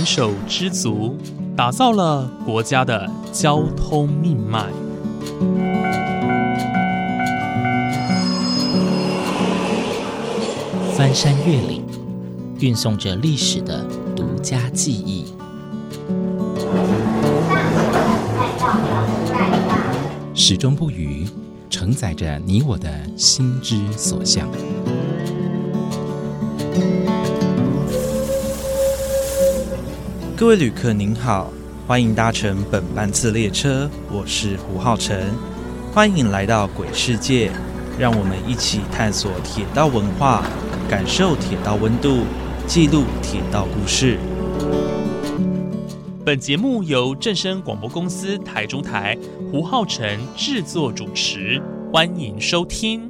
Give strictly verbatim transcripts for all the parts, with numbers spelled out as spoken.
手知足，打造了国家的交通命脉。 翻山越岭，运送着历史的独家记忆。始终不渝，承载着你我的心之所向。 各位旅客您好，欢迎搭乘本班次列车，我是胡浩辰，欢迎来到鬼世界，让我们一起探索铁道文化，感受铁道温度，记录铁道故事。 本节目由正声广播公司台中台胡浩辰制作主持，欢迎收听。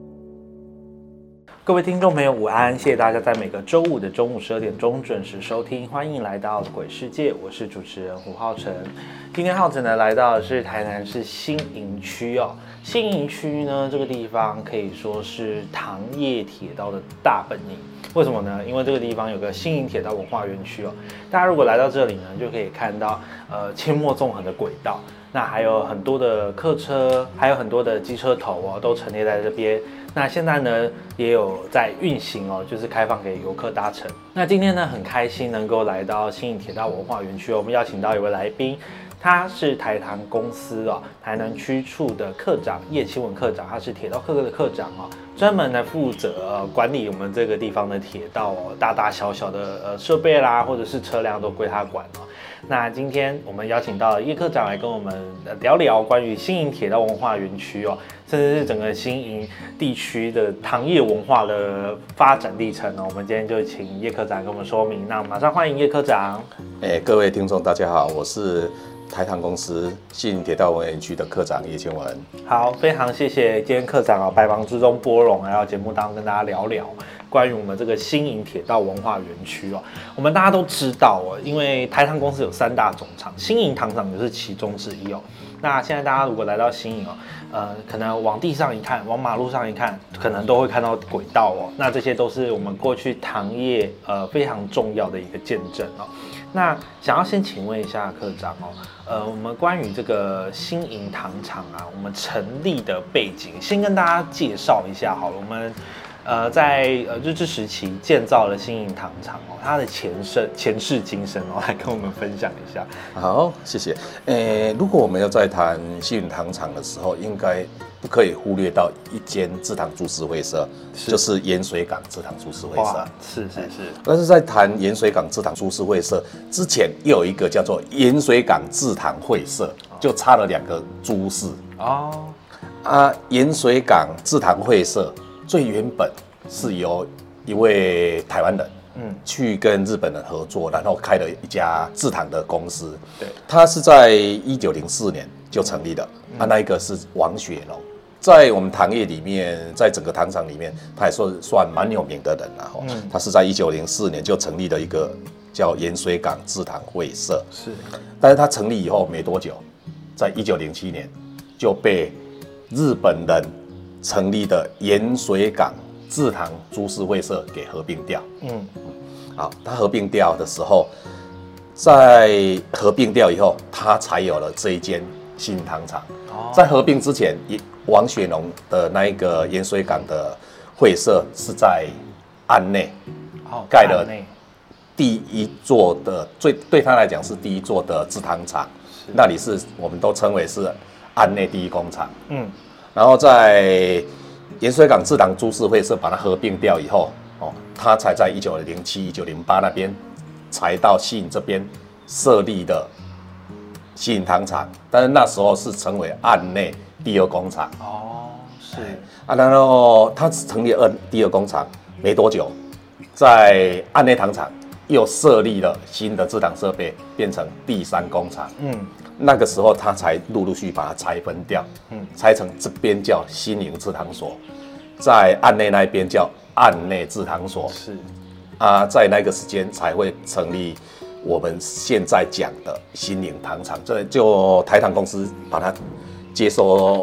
各位听众朋友午安，谢谢大家在每个周五的中午十二点钟准时收听，欢迎来到鬼世界，我是主持人胡浩辰。今天浩辰呢来到的是台南市新营区哦，新营区呢这个地方可以说是糖业铁道的大本营。为什么呢？因为这个地方有个新营铁道文化园区哦，大家如果来到这里呢，就可以看到呃阡陌纵横的轨道，那还有很多的客车，还有很多的机车头哦，都陈列在这边。那现在呢也有在运行哦，就是开放给游客搭乘。那今天呢很开心能够来到新营铁道文化园区，我们邀请到一位来宾。他是台糖公司哦，台南区处的科长叶清文科长，他是铁道科的科长哦，专门来负责、呃、管理我们这个地方的铁道哦，大大小小的呃设备啦，或者是车辆都归他管哦。那今天我们邀请到叶科长来跟我们聊聊关于新营铁道文化园区哦，甚至是整个新营地区的糖业文化的发展历程哦。我们今天就请叶科长跟我们说明。那马上欢迎叶科长。 欸、各位听众大家好，我是台糖公司新营铁道文化园区的科长叶清文。 好，非常谢谢今天科长啊，百忙之中拨冗来到节目当中跟大家聊聊关于我们这个新营铁道文化园区哦。我们大家都知道哦，因为台糖公司有三大总厂，新营糖厂就是其中之一哦。那现在大家如果来到新营哦，呃，可能往地上一看，往马路上一看，可能都会看到轨道哦。那这些都是我们过去糖业呃非常重要的一个见证哦。那想要先请问一下科长哦，呃，我们关于这个新营糖厂啊，我们成立的背景，先跟大家介绍一下好了。我们呃在呃日治时期建造了新营糖厂哦，它的前身前世今生哦，来跟我们分享一下。 好，谢谢。诶，如果我们要在谈新营糖厂的时候，应该不可以忽略到一间制糖株式会社，是就是盐水港制糖株式会社。 是是是。 但是在谈盐水港制糖株式会社之前，又有一个叫做盐水港制糖会社，就差了两个株式。哦。啊，盐水港制糖会社最原本是由一位台湾人，嗯，去跟日本人合作，然后开了一家制糖的公司。对，他是在一九零四年就成立的。嗯、啊，那一个是王雪龙。在我们糖业里面，在整个糖厂里面，他也算算蛮有名的人啦。嗯，他是在一九零四年就成立了一个叫盐水港制糖会社。是，但是他成立以后没多久，在一九零七年就被日本人成立的盐水港制糖株式会社给合并掉。嗯，好，他合并掉的时候，在合并掉以后，他才有了这一间新糖厂。哦，在合并之前，王雪农的那一个盐水港的会社是在岸内盖了第一座的，最对他来讲是第一座的制糖厂，那里是我们都称为是岸内第一工厂。嗯，然后在盐水港制糖株式会社把它合并掉以后，哦，他才在一九零七、一九零八那边才到新营这边设立的新营糖厂，但是那时候是成为岸内第二工厂。哦，是啊，然后他成立二第二工厂没多久，在岸内糖厂又设立了新的制糖设备，变成第三工厂。嗯，那个时候他才陆陆续续把它拆分掉，嗯，拆成这边叫新营制糖所，在岸内那边叫岸内制糖所。是啊，在那个时间才会成立我们现在讲的新营糖厂，这就台糖公司把它接收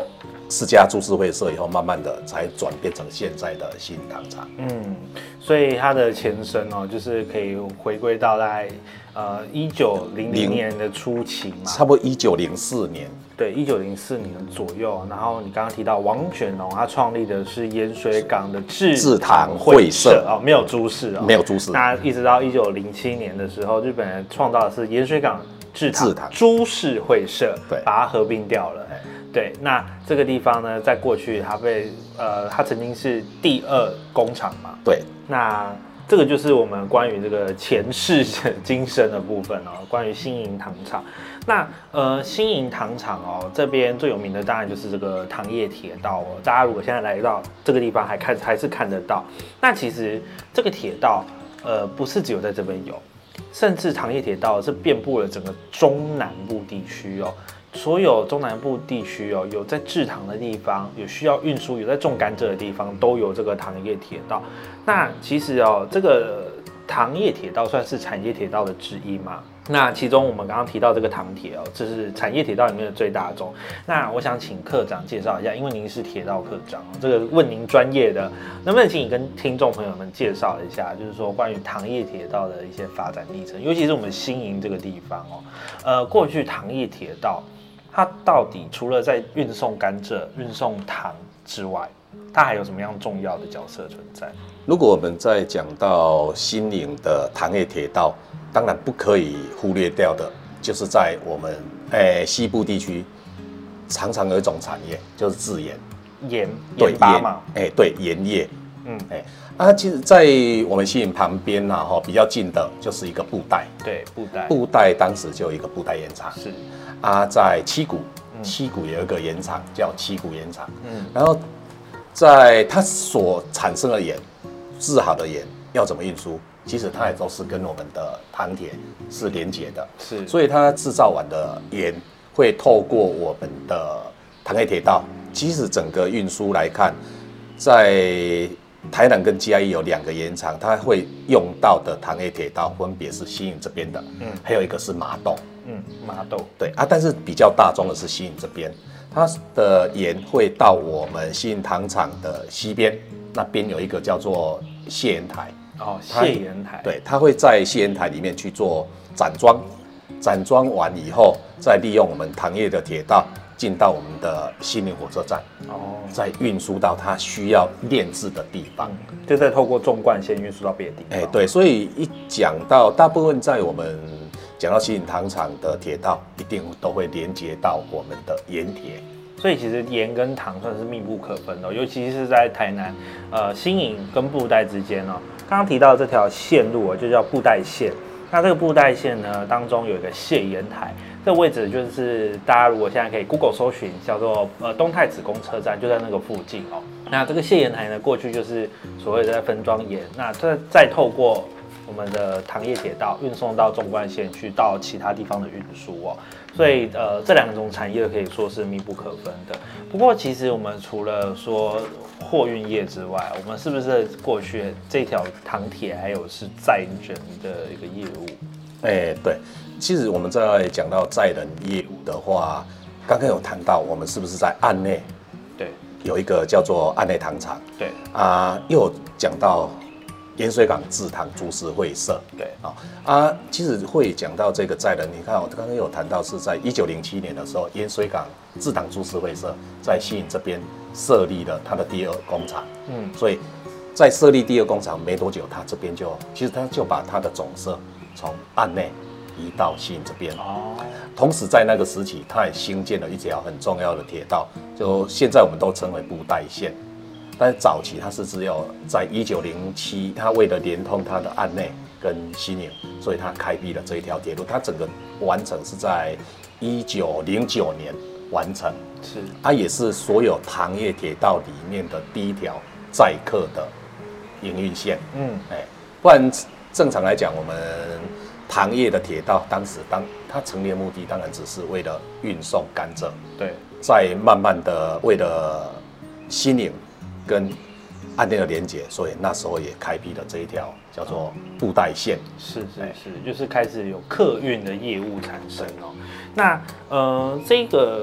世家株式会社以后，慢慢的才转变成现在的新营糖厂。 嗯，所以它的前身哦，就是可以回归到大概呃一九零零年的初期嘛， 差不多一九零四年。 对，一九零四年左右。然后你刚刚提到王选农，他创立的是盐水港的制糖会社哦，没有株式哦， 没有株式。 那一直到一九零七年的时候，日本人创造的是盐水港制糖株式会社，对，把它合并掉了。对，那这个地方呢，在过去它被呃，它曾经是第二工厂嘛。 对， 那这个就是我们关于这个前世今生的部分哦，关于新营糖厂。那呃，新营糖厂哦，这边最有名的当然就是这个糖业铁道哦。大家如果现在来到这个地方还看还是看得到。那其实这个铁道呃，不是只有在这边有，甚至糖业铁道是遍布了整个中南部地区哦。所有中南部地区哦，有在制糖的地方，有需要运输，有在种甘蔗的地方，都有这个糖业铁道。那其实哦，这个糖业铁道算是产业铁道的之一嘛。那其中我们刚刚提到这个糖铁哦，这是产业铁道里面的最大宗。那我想请科长介绍一下，因为您是铁道科长，这个问您专业的，能不能请你跟听众朋友们介绍一下，就是说关于糖业铁道的一些发展历程，尤其是我们新营这个地方哦，呃，过去糖业铁道它到底除了在运送甘蔗、运送糖之外，它还有什么样重要的角色存在？ 如果我们在讲到新营的糖业铁道，当然不可以忽略掉的，就是在我们诶、欸、西部地区，常常有一种产业就是制盐， 盐对盐巴嘛， 哎、欸、对盐业， 嗯哎、欸、啊，其实，在我们新营旁边呐，哈，比较近的就是一个布袋， 对布袋， 布袋当时就有一个布袋盐厂， 是啊，在七股， 嗯、 七股有一个盐厂叫七股盐厂， 嗯， 然后在它所产生的盐，制好的盐要怎么运输？其实它也都是跟我们的糖铁是连结的， 是， 所以它制造完的盐会透过我们的糖业铁道。其实整个运输来看，在台南跟嘉义有两个盐厂，它会用到的糖业铁道分别是新营这边的，嗯，还有一个是麻豆， 嗯，麻豆， 对啊，但是比较大宗的是新营这边，它的盐会到我们新营糖厂的西边，那边有一个叫做卸盐台。 哦，卸盐台， 对，它会在卸盐台里面去做散装，散装完以后，再利用我们糖业的铁道进到我们的新营火车站，哦，再运输到它需要炼制的地方， 嗯、就再透过纵贯线运输到别的地方。 哎、欸，对，所以一讲到大部分在我们讲到新营糖厂的铁道，一定都会连接到我们的盐铁。 所以其实盐跟糖算是密不可分的、哦，尤其是在台南，呃，新营跟布袋之间哦。刚刚提到这条线路哦，就叫布袋线。那这个布袋线呢，当中有一个卸盐台，这个位置就是大家如果现在可以 Google 搜寻，叫做呃东太子公车站，就在那个附近哦。那这个卸盐台呢，过去就是所谓的在分装盐，那再再透过我们的糖业铁道运送到纵贯线去到其他地方的运输哦。所以呃，这两种产业可以说是密不可分的。不过，其实我们除了说货运业之外，我们是不是过去这条糖铁还有是载人的一个业务？ 哎、欸，对，其实我们在讲到载人业务的话，刚刚有谈到我们是不是在岸内， 对， 有一个叫做岸内糖厂， 对啊，又有讲到盐水港制糖株式会社， 对啊啊，其实会讲到这个载人，你看我刚刚有谈到是在一九零七年的时候，盐水港制糖株式会社在新营这边设立了它的第二工厂，嗯，所以在设立第二工厂没多久，它这边就其实它就把它的总社从岸内移到新营这边，哦，同时在那个时期，它也兴建了一条很重要的铁道，就现在我们都称为布袋线。但是早期它是只有在一九零七，它为了连通它的岸内跟新营，所以它开辟了这一条铁路。它整个完成是在一九零九年完成， 是它也是所有糖业铁道里面的第一条载客的营运线。嗯，哎，不然正常来讲，我们糖业的铁道当时当它成立的目的，当然只是为了运送甘蔗。 对， 再慢慢的为了新营跟岸内的连结，所以那时候也开辟了这一条叫做布袋线。 是是是，就是开始有客运的业务产生哦。那呃，这个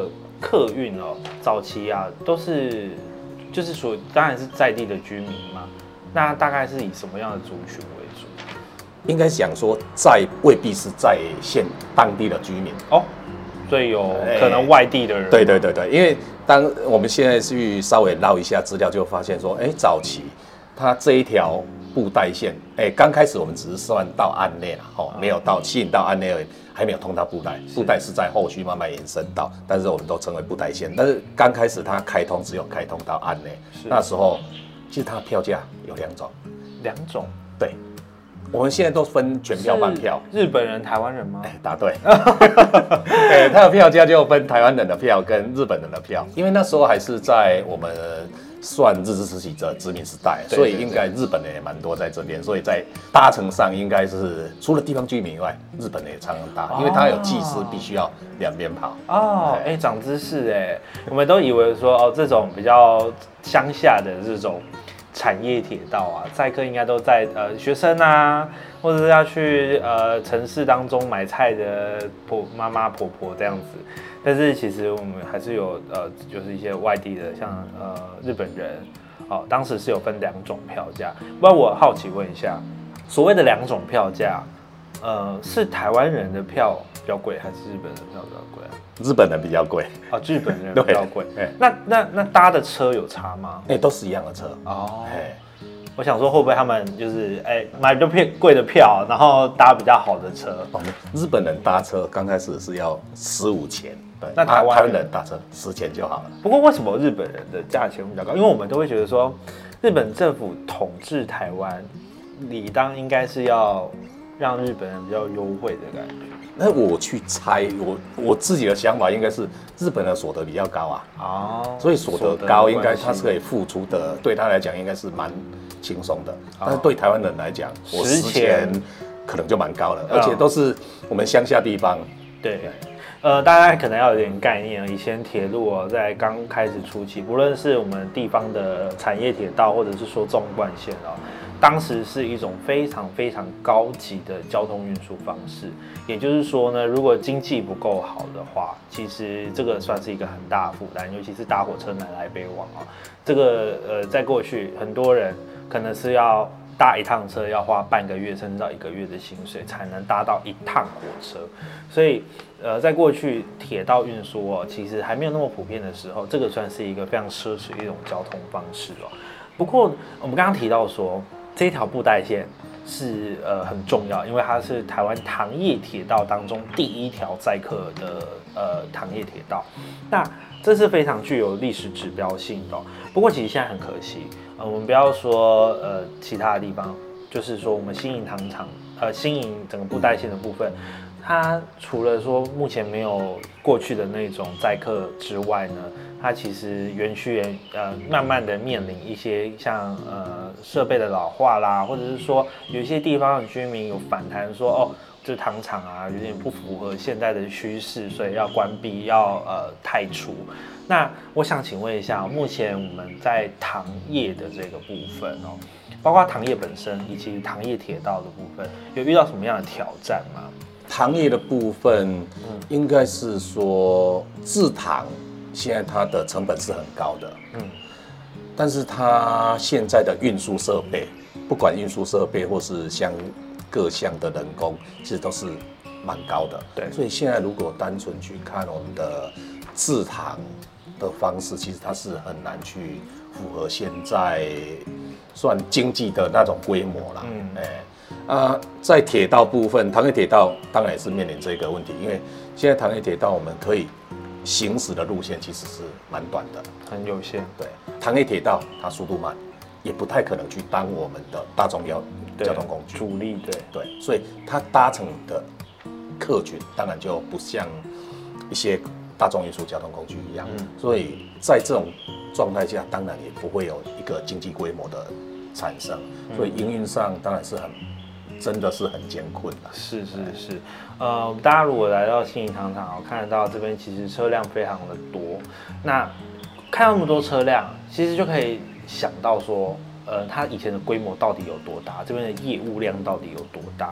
客运哦，早期啊都是就是属当然是在地的居民嘛，那大概是以什么样的族群为主？ 应该讲说在未必是在县当地的居民哦，所以有可能外地的人。 对对对对，因为当我们现在去稍微捞一下资料，就发现说，哎，早期它这一条布袋线，哎，刚开始我们只是算到案内啦，哦，没有到吸引到案内而已，还没有通到布袋，布袋是在后续慢慢延伸到，但是我们都称为布袋线。但是刚开始它开通只有开通到案内，那时候其实它的票价有两种， 两种， 对。我们现在都分全票半票， 日本人、台湾人吗？ 哎，答对。对，它的票价就分台湾人的票跟日本人的票，因为那时候还是在我们算日治时期的殖民时代，对对对，所以应该日本人也蛮多在这边，所以在搭乘上应该是除了地方居民以外，日本人也常常搭，哦、因为它有技师必须要两边跑。 哦，哎，长知识哎，我们都以为说哦，这种比较乡下的这种产业铁道啊，载客应该都在呃学生啊，或者是要去呃城市当中买菜的婆妈妈婆婆这样子。但是其实我们还是有呃，就是一些外地的，像呃日本人，哦，当时是有分两种票价。不然我好奇问一下，所谓的两种票价，呃，是台湾人的票比较贵，还是日本人的票比较贵啊？ 日本人比较贵哦，日本人比较贵。那那那搭的车有差吗？ 哎、欸，都是一样的车哦。哎，我想说会不会他们就是哎、欸、买比较贵的票，然后搭比较好的车？ 哦，日本人搭车刚开始是要十五钱，对， 那台湾人搭车十钱就好了。 不过为什么日本人的价钱比较高？因为我们都会觉得说，日本政府统治台湾，理当应该是要让日本人比较优惠的感觉。 那我去猜，我我自己的想法应该是日本的所得比较高啊，哦，所以所得高应该他是可以付出的，对他来讲应该是蛮轻松的。但是对台湾人来讲，我十钱可能就蛮高了，而且都是我们乡下地方。 对，呃，大家可能要有点概念。以前铁路哦，在刚开始初期，不论是我们地方的产业铁道，或者是说纵贯线哦。当时是一种非常非常高级的交通运输方式，也就是说呢，如果经济不够好的话，其实这个算是一个很大的负担，尤其是搭火车南来北往啊。这个呃，在过去很多人可能是要搭一趟车要花半个月甚至到一个月的薪水才能搭到一趟火车，所以呃，在过去铁道运输哦，其实还没有那么普遍的时候，这个算是一个非常奢侈的一种交通方式哦。不过我们刚刚提到说，这一条布袋线是呃很重要，因为它是台湾糖业铁道当中第一条载客的呃糖业铁道，那这是非常具有历史指标性的、哦。不过其实现在很可惜，呃，我们不要说呃其他的地方，就是说我们新营糖厂呃新营整个布袋线的部分，它除了说目前没有过去的那种载客之外呢，它其实园区也呃慢慢的面临一些像呃设备的老化啦，或者是说有一些地方的居民有反弹说哦，这糖厂啊有点不符合现在的趋势，所以要关闭，要呃汰除。那我想请问一下，目前我们在糖业的这个部分哦，包括糖业本身以及糖业铁道的部分，有遇到什么样的挑战吗？ 糖业的部分，应该是说制糖，现在它的成本是很高的，嗯，但是它现在的运输设备，不管运输设备或是像各项的人工，其实都是蛮高的，对，所以现在如果单纯去看我们的制糖的方式，其实它是很难去符合现在算经济的那种规模啦，嗯，哎。啊，在铁道部分，糖业铁道当然也是面临这个问题，因为现在糖业铁道我们可以行驶的路线其实是蛮短的， 很有限。 对，糖业铁道它速度慢，也不太可能去当我们的大众交交通工具主力。对对，所以它搭乘的客群当然就不像一些大众运输交通工具一样，嗯、所以在这种状态下，当然也不会有一个经济规模的产生，所以营运上当然是很。真的是很艰困的。 是是是，呃，大家如果来到新营糖厂，看得到这边其实车辆非常的多。那看到那么多车辆，其实就可以想到说，呃，它以前的规模到底有多大，这边的业务量到底有多大。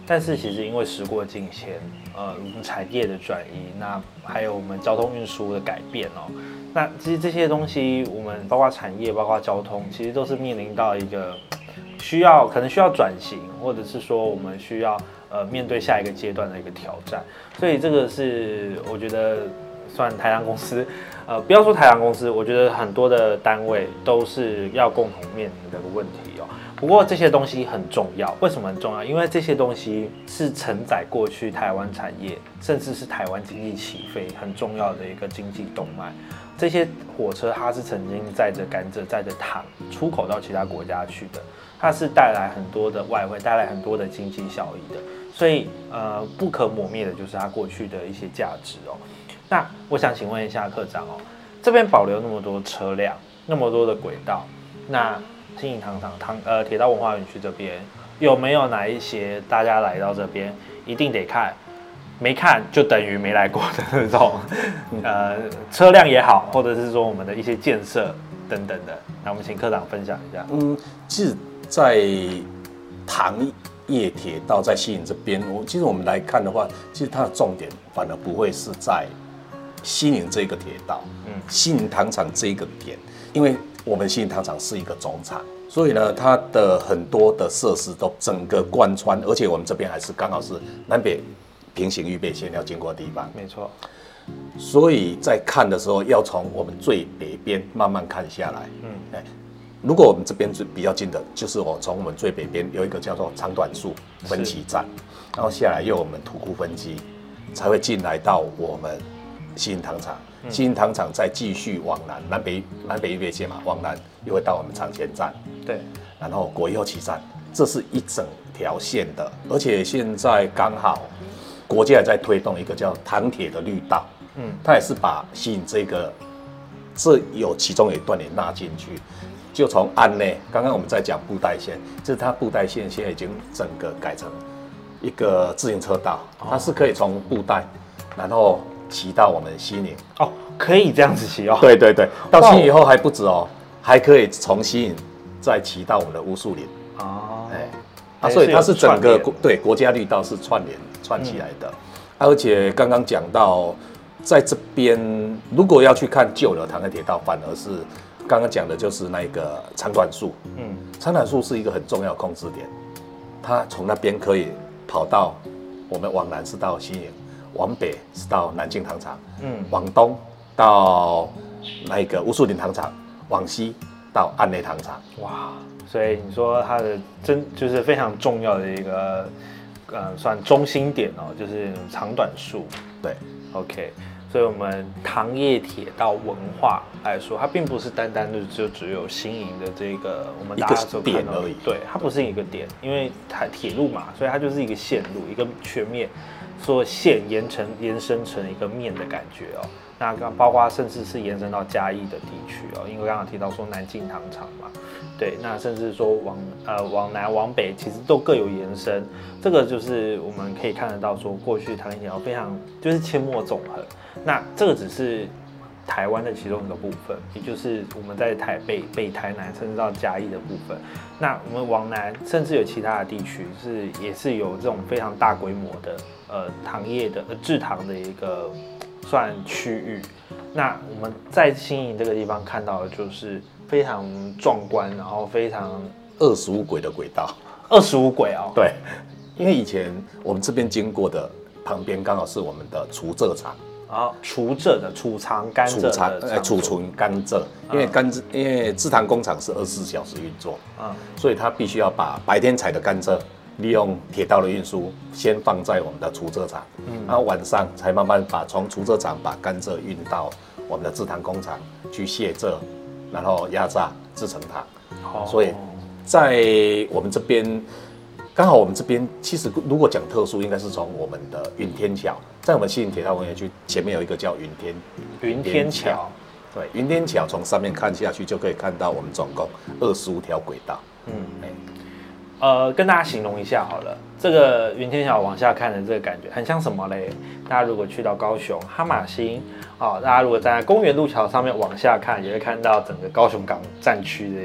但是其实因为时过境迁，呃，我们产业的转移，那还有我们交通运输的改变哦，那其实这些东西，我们包括产业，包括交通，其实都是面临到一个需要可能需要转型，或者是说我们需要呃面对下一个阶段的一个挑战。所以这个是我觉得算台阳公司，呃，不要说台阳公司，我觉得很多的单位都是要共同面临的一个问题哦。不过这些东西很重要，为什么很重要？因为这些东西是承载过去台湾产业，甚至是台湾经济起飞很重要的一个经济动脉。这些火车它是曾经载着甘蔗、载着糖出口到其他国家去的，它是带来很多的外汇，带来很多的经济效益的。所以呃，不可磨灭的就是它过去的一些价值哦。那我想请问一下科长哦，这边保留那么多车辆，那么多的轨道，那新营糖厂、糖呃铁道文化园区这边有没有哪一些大家来到这边一定得看，没看就等于没来过的那种呃车辆也好，或者是说我们的一些建设等等的？那我们请科长分享一下。 嗯，其实，在糖业铁道在西营这边，我其实我们来看的话，其实它的重点反而不会是在西营这个铁道，嗯，西营糖厂这个点，因为我们西营糖厂是一个总厂，所以呢，它的很多的设施都整个贯穿，而且我们这边还是刚好是南北平行预备线要经过的地方， 没错。 所以在看的时候，要从我们最北边慢慢看下来，嗯，哎，如果我们这边比较近的，就是我从我们最北边有一个叫做长短树分岐站，然后下来又有我们土库分机，才会进来到我们西营糖厂。西营糖厂再继续往南，南北南北预备线嘛，往南又会到我们长前站， 对， 然后国一后期站，这是一整条线的，而且现在刚好国家也在推动一个叫糖铁的绿道，嗯，它也是把西营这个这有其中有一段也纳进去，就从安内，刚刚我们在讲布袋线，就是它布袋线现在已经整个改成一个自行车道，它是可以从布袋，然后骑到我们西营哦，可以这样子骑哦。 对对对，到西营以后还不止哦，还可以从西营再骑到我们的乌树林。哦，哎，啊，所以它是整个对国家绿道是串联串起来的，嗯啊、而且刚刚讲到，在这边如果要去看旧的糖业铁道，反而是刚刚讲的就是那个长短树。嗯，长短树是一个很重要的控制点，它从那边可以跑到我们往南是到西营。往北是到南靖糖厂，嗯，往东到那个乌树林糖厂，往西到安内糖厂。 哇，所以你说它的真就是非常重要的一个，呃，算中心点哦，就是长短树。 对 ，OK， 所以我们糖业铁道文化来说，它并不是单单的就只有新营的这个我们大家所看到的而已。 对，它不是一个点，因为它铁路嘛，所以它就是一个线路，一个全面。说线延成延伸成一个面的感觉哦，那刚包括甚至是延伸到嘉义的地区哦，因为刚刚提到说南靖糖厂嘛，对，那甚至说往呃往南往北其实都各有延伸，这个就是我们可以看得到说过去糖业铁道非常就是阡陌纵横，那这个只是台湾的其中一个部分，也就是我们在台北、北台南甚至到嘉义的部分。那我们往南，甚至有其他的地区是也是有这种非常大规模的呃糖业的呃制糖的一个算区域。那我们在新营这个地方看到的就是非常壮观，然后非常二十五轨的轨道， 二十五轨哦。 对，因为以前我们这边经过的旁边刚好是我们的除蔗厂。 啊，储蔗的储藏甘蔗的储存甘蔗，因为甘蔗，因为制糖工厂是二十四小时运作，嗯，所以它必须要把白天采的甘蔗利用铁道的运输，先放在我们的储蔗厂，嗯，然后晚上才慢慢把从储蔗厂把甘蔗运到我们的制糖工厂去卸蔗，然后压榨制成糖，哦，所以在我们这边。刚好我们这边其实如果讲特殊，应该是从我们的云天桥，在我们西营铁道文园区前面有一个叫云天云天桥， 对，云天桥从上面看下去就可以看到我们总共二十五条轨道。嗯，欸、 呃，跟大家形容一下好了，这个云天桥往下看的这个感觉很像什么嘞？大家如果去到高雄哈马星，哦，大家如果站在公园路桥上面往下看，也会看到整个高雄港站区的那种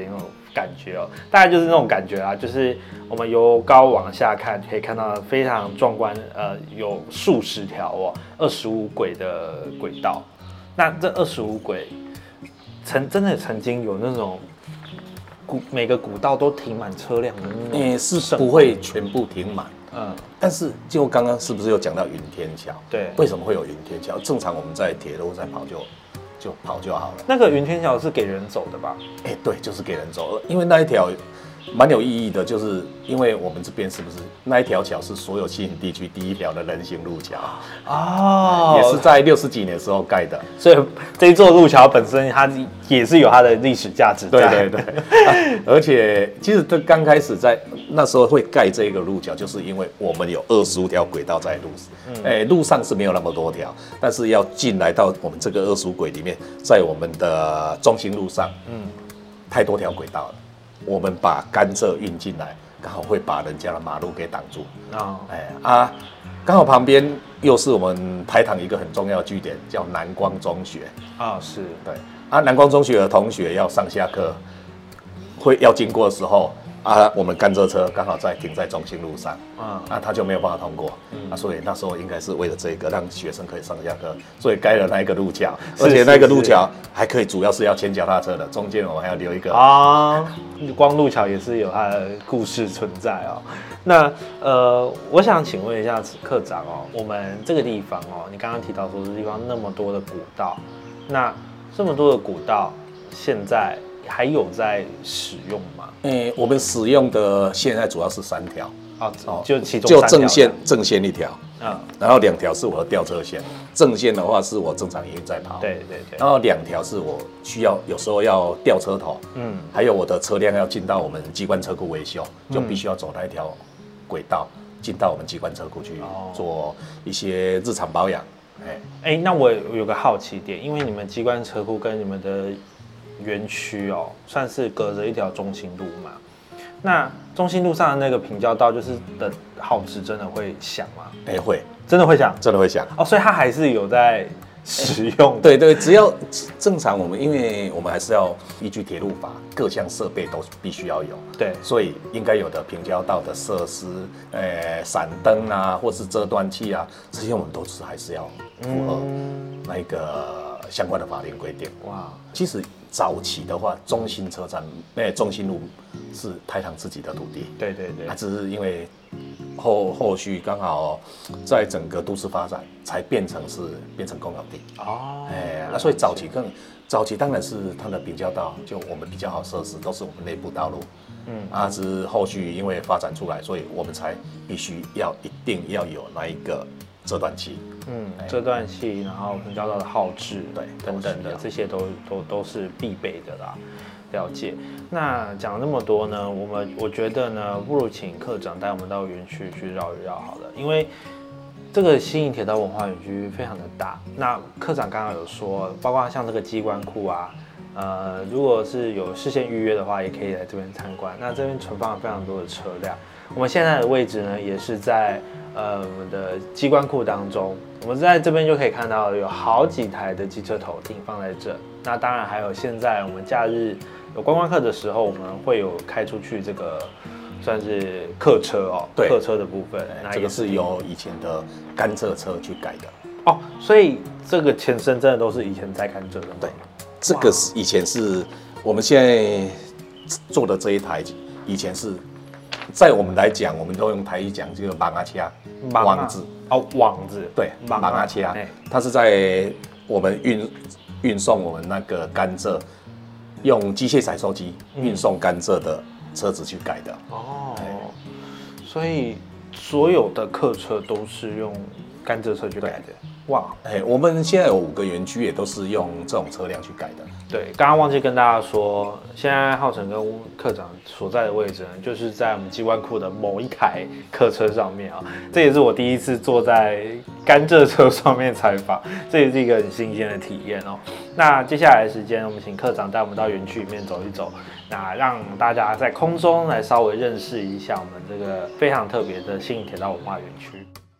感觉哦，大概就是那种感觉啦，就是我们由高往下看，可以看到非常壮观，呃，有数十条哦，二十五轨的轨道。那这二十五轨，曾真的曾经有那种古每个古道都停满车辆的那种， 也是不会全部停满。 嗯， 但是就刚刚是不是有讲到云天桥？ 对， 为什么会有云天桥？正常我们在铁路在跑就就跑就好了。 那个云天桥是给人走的吧？ 哎、欸，对，就是给人走，因为那一条蛮有意义的，就是因为我们这边是不是那一条桥是所有西营地区第一条的人行路桥哦， 也是在六十几年的时候盖的， 所以这一座路桥本身它也是有它的历史价值在。 对对对，啊、而且其实它刚开始在那时候会盖这个路桥，就是因为我们有二十五条轨道在路上，嗯欸，路上是没有那么多条，但是要进来到我们这个二十五轨里面，在我们的中心路上，嗯，太多条轨道了。我们把甘蔗运进来，刚好会把人家的马路给挡住。哦，哎啊，刚好旁边又是我们台糖一个很重要的据点，叫南光中学。 啊、哦，是对啊，南光中学的同学要上下课，会要经过的时候啊，我们甘蔗车刚好在停在中心路上，啊，啊他就没有办法通过，嗯、啊，所以那时候应该是为了这个让学生可以上下课，所以盖了那一个路桥，而且那个路桥还可以主要是要牵脚踏车的，中间我们还要留一个啊，光路桥也是有它的故事存在哦。那呃，我想请问一下课长哦，我们这个地方哦，你刚刚提到说这地方那么多的古道，那这么多的古道现在还有在使用吗？ 欸、我们使用的现在主要是三条， 哦，就其中就正线正线一条， 嗯， 然后两条是我的吊车线，正线的话是我正常营运在跑， 对对对， 然后两条是我需要有时候要吊车头，嗯，还有我的车辆要进到我们机关车库维修，就必须要走那一条轨道进到我们机关车库去做一些日常保养。哎、 欸欸，那我有个好奇点，因为你们机关车库跟你们的园区哦，算是隔着一条中心路嘛。那中心路上的那个平交道，就是的号志真的会响吗？ 哎、欸，会， 真的会响， 真的会响哦，所以它还是有在使用。 对对，只要正常，我们因为我们还是要依据铁路法，各项设备都必须要有。 对， 所以应该有的平交道的设施，呃，闪灯啊，或是遮断器啊，这些我们都是还是要符合那一个相关的法令规定。哇，其实早期的话，中心车站，哎、欸，中心路是台糖自己的土地。 对对对， 啊，只是因为后后续刚好在整个都市发展，才变成是变成公有地。哦，哎、欸，啊，所以早期更早期当然是它的平交道，就我们比较好设施，都是我们内部道路。嗯，啊，只是后续因为发展出来，所以我们才必须要一定要有那一个遮断器。 嗯，遮断器，然后平交道的号志，对，等等的这些都都都是必备的啦。了解。那讲那么多呢，我们我觉得呢，不如请课长带我们到园区去绕一绕好了，因为这个新营铁道文化园区非常的大。那课长刚刚有说，包括像这个机关库啊，呃，如果是有事先预约的话，也可以来这边参观。那这边存放了非常多的车辆。我们现在的位置呢，也是在呃我们的机关库当中。我们在这边就可以看到有好几台的机车头停放在这。那当然还有现在我们假日有观光客的时候，我们会有开出去这个算是客车哦， 对， 客车的部分。 这个是由以前的甘蔗车去改的哦，所以这个前身真的都是以前在甘蔗的。 对，这个是以前是我们现在做的这一台，以前是在我们来讲，我们都用台语讲这个网啊车，网子哦，网子对，网啊车，它是在我们运运送我们那个甘蔗，用机械采收机运送甘蔗的车子去改的。 哦，所以所有的客车都是用甘蔗车去改的。哇， 哎，我们现在有五个园区也都是用这种车辆去改的。 对，刚刚忘记跟大家说，现在浩成跟课长所在的位置呢，就是在我们机关库的某一台客车上面啊。这也是我第一次坐在甘蔗车上面采访，这也是一个很新鲜的体验哦。那接下来的时间，我们请课长带我们到园区里面走一走，那让大家在空中来稍微认识一下我们这个非常特别的新营铁道文化园区。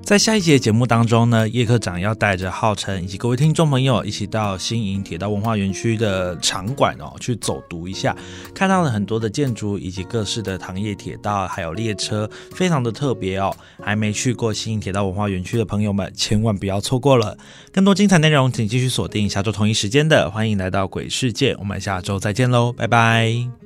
在下一节节目当中呢，叶科长要带着浩辰以及各位听众朋友一起到新营铁道文化园区的场馆哦，去走读一下，看到了很多的建筑以及各式的糖业铁道还有列车，非常的特别哦。还没去过新营铁道文化园区的朋友们，千万不要错过了。更多精彩内容请继续锁定下周同一时间的欢迎来到鬼世界，我们下周再见喽，拜拜。